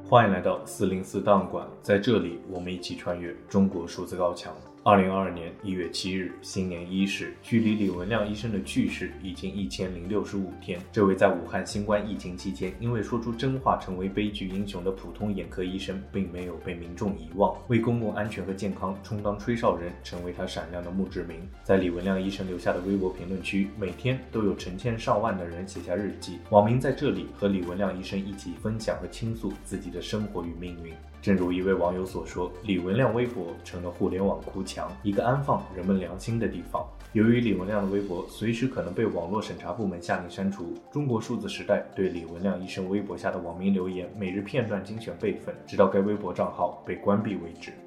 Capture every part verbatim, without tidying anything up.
欢迎来到四零四档案馆，在这里我们一起穿越中国数字高墙。二零二二年一月七日，新年伊始，距离李文亮医生的去世已经一千零六十五天。这位在武汉新冠疫情期间因为说出真话成为悲剧英雄的普通眼科医生，并没有被民众遗忘，为公共安全和健康充当吹哨人，成为他闪亮的墓志铭。在李文亮医生留下的微博评论区，每天都有成千上万的人写下日记，网民在这里和李文亮医生一起分享和倾诉自己的生活与命运。正如一位网友所说，李文亮微博成了互联网哭墙，一个安放人们良心的地方。由于李文亮的微博随时可能被网络审查部门下令删除，中国数字时代对李文亮医生微博下的网民留言每日片段精选备份，直到该微博账号被关闭为止。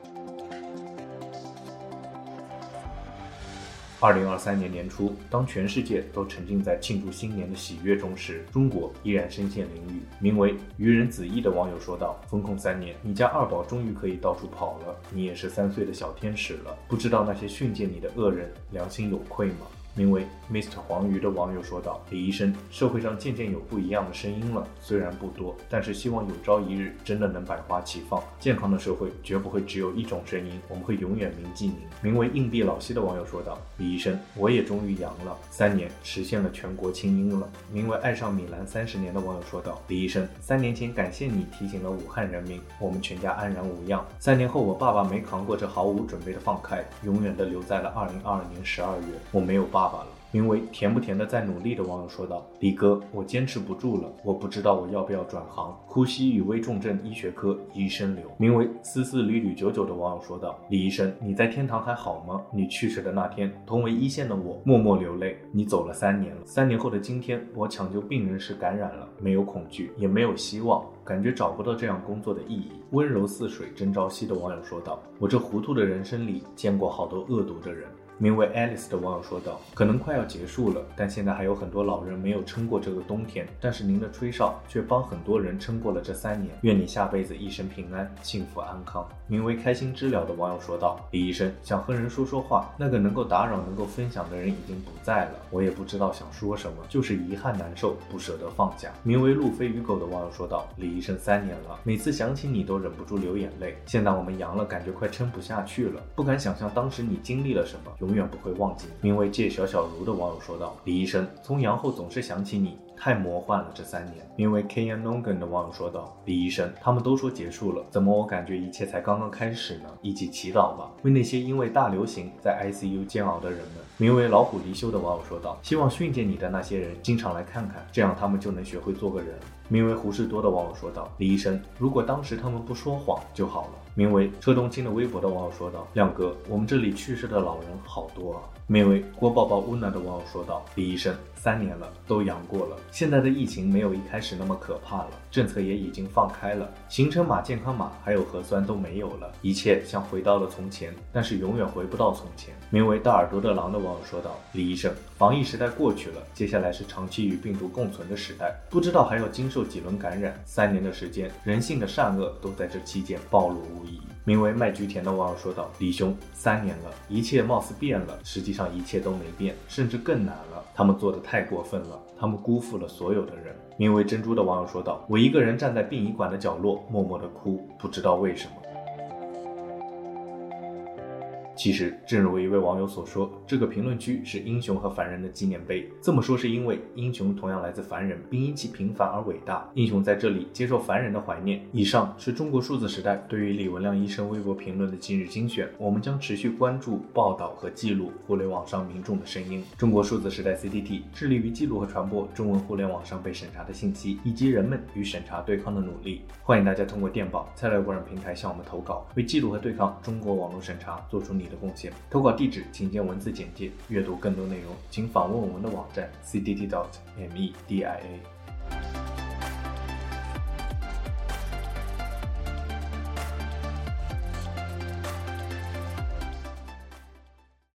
二零二三年年初，当全世界都沉浸在庆祝新年的喜悦中时，中国依然身陷囹圄。名为愚人子毅的网友说道：封控三年，你家二宝终于可以到处跑了，你也是三岁的小天使了，不知道那些训诫你的恶人良心有愧吗？名为 Mister 黄鱼的网友说道：李医生，社会上渐渐有不一样的声音了，虽然不多，但是希望有朝一日真的能百花齐放。健康的社会绝不会只有一种声音，我们会永远铭记您。名为硬币老西的网友说道：李医生，我也终于阳了，三年实现了全国清音了。名为爱上米兰三十年的网友说道：李医生，三年前感谢你提醒了武汉人民，我们全家安然无恙。三年后我爸爸没扛过这毫无准备的放开，永远的留在了二零二二年十二月，我没有爸爸了。名为甜不甜的在努力的网友说道：李哥，我坚持不住了，我不知道我要不要转行，呼吸与危重症医学科医生流。名为思思屡屡九九的网友说道：李医生，你在天堂还好吗？你去世的那天，同为一线的我默默流泪。你走了三年了，三年后的今天，我抢救病人时感染了，没有恐惧，也没有希望，感觉找不到这样工作的意义。温柔似水真朝夕的网友说道：我这糊涂的人生里见过好多恶毒的人。名为 Alice 的网友说道：可能快要结束了，但现在还有很多老人没有撑过这个冬天，但是您的吹哨却帮很多人撑过了这三年，愿你下辈子一生平安，幸福安康。名为开心知了的网友说道：李医生，想和人说说话，那个能够打扰能够分享的人已经不在了，我也不知道想说什么，就是遗憾难受，不舍得放下。名为路飞与狗的网友说道：李医生三年了，每次想起你都忍不住流眼泪，现在我们阳了，感觉快撑不下去了，不敢想象当时你经历了什么，永远不会忘记你。名为借小小如的网友说道：李医生，从阳后总是想起你，太魔幻了这三年。名为 K N Nongan 的网友说道：李医生，他们都说结束了，怎么我感觉一切才刚刚开始呢？一起祈祷吧，为那些因为大流行在 I C U 煎熬的人们。名为老虎离休的网友说道：希望训诫你的那些人经常来看看，这样他们就能学会做个人。名为胡士多的网友说道：李医生，如果当时他们不说谎就好了。名为车冬青的微博的网友说道：亮哥，我们这里去世的老人好多啊。名为郭抱抱乌娜的网友说道：李医生，三年了，都阳过了，现在的疫情没有一开始那么可怕了，政策也已经放开了，行程码、健康码还有核酸都没有了，一切像回到了从前，但是永远回不到从前。名为大耳朵的狼的网友说道：李医生，防疫时代过去了，接下来是长期与病毒共存的时代，不知道还要经受几轮感染，三年的时间，人性的善恶都在这期间暴露无遗。名为麦菊田的网友说道：李兄，三年了，一切貌似变了，实际上一切都没变，甚至更难了，他们做得太过分了，他们辜负了所有的人。名为珍珠的网友说道：我一个人站在殡仪馆的角落默默地哭，不知道为什么。其实正如一位网友所说，这个评论区是英雄和凡人的纪念碑。这么说是因为英雄同样来自凡人，并因其平凡而伟大，英雄在这里接受凡人的怀念。以上是中国数字时代对于李文亮医生微博评论的今日精选，我们将持续关注、报道和记录互联网上民众的声音。中国数字时代 C T T 致力于记录和传播中文互联网上被审查的信息，以及人们与审查对抗的努力。欢迎大家通过电报、菜鸟官人平台向我们投稿，为记录和对抗中国网络审查做出你的贡献。投稿地址请见文字简介。阅读更多内容请访问我们的网站 c d t dot media。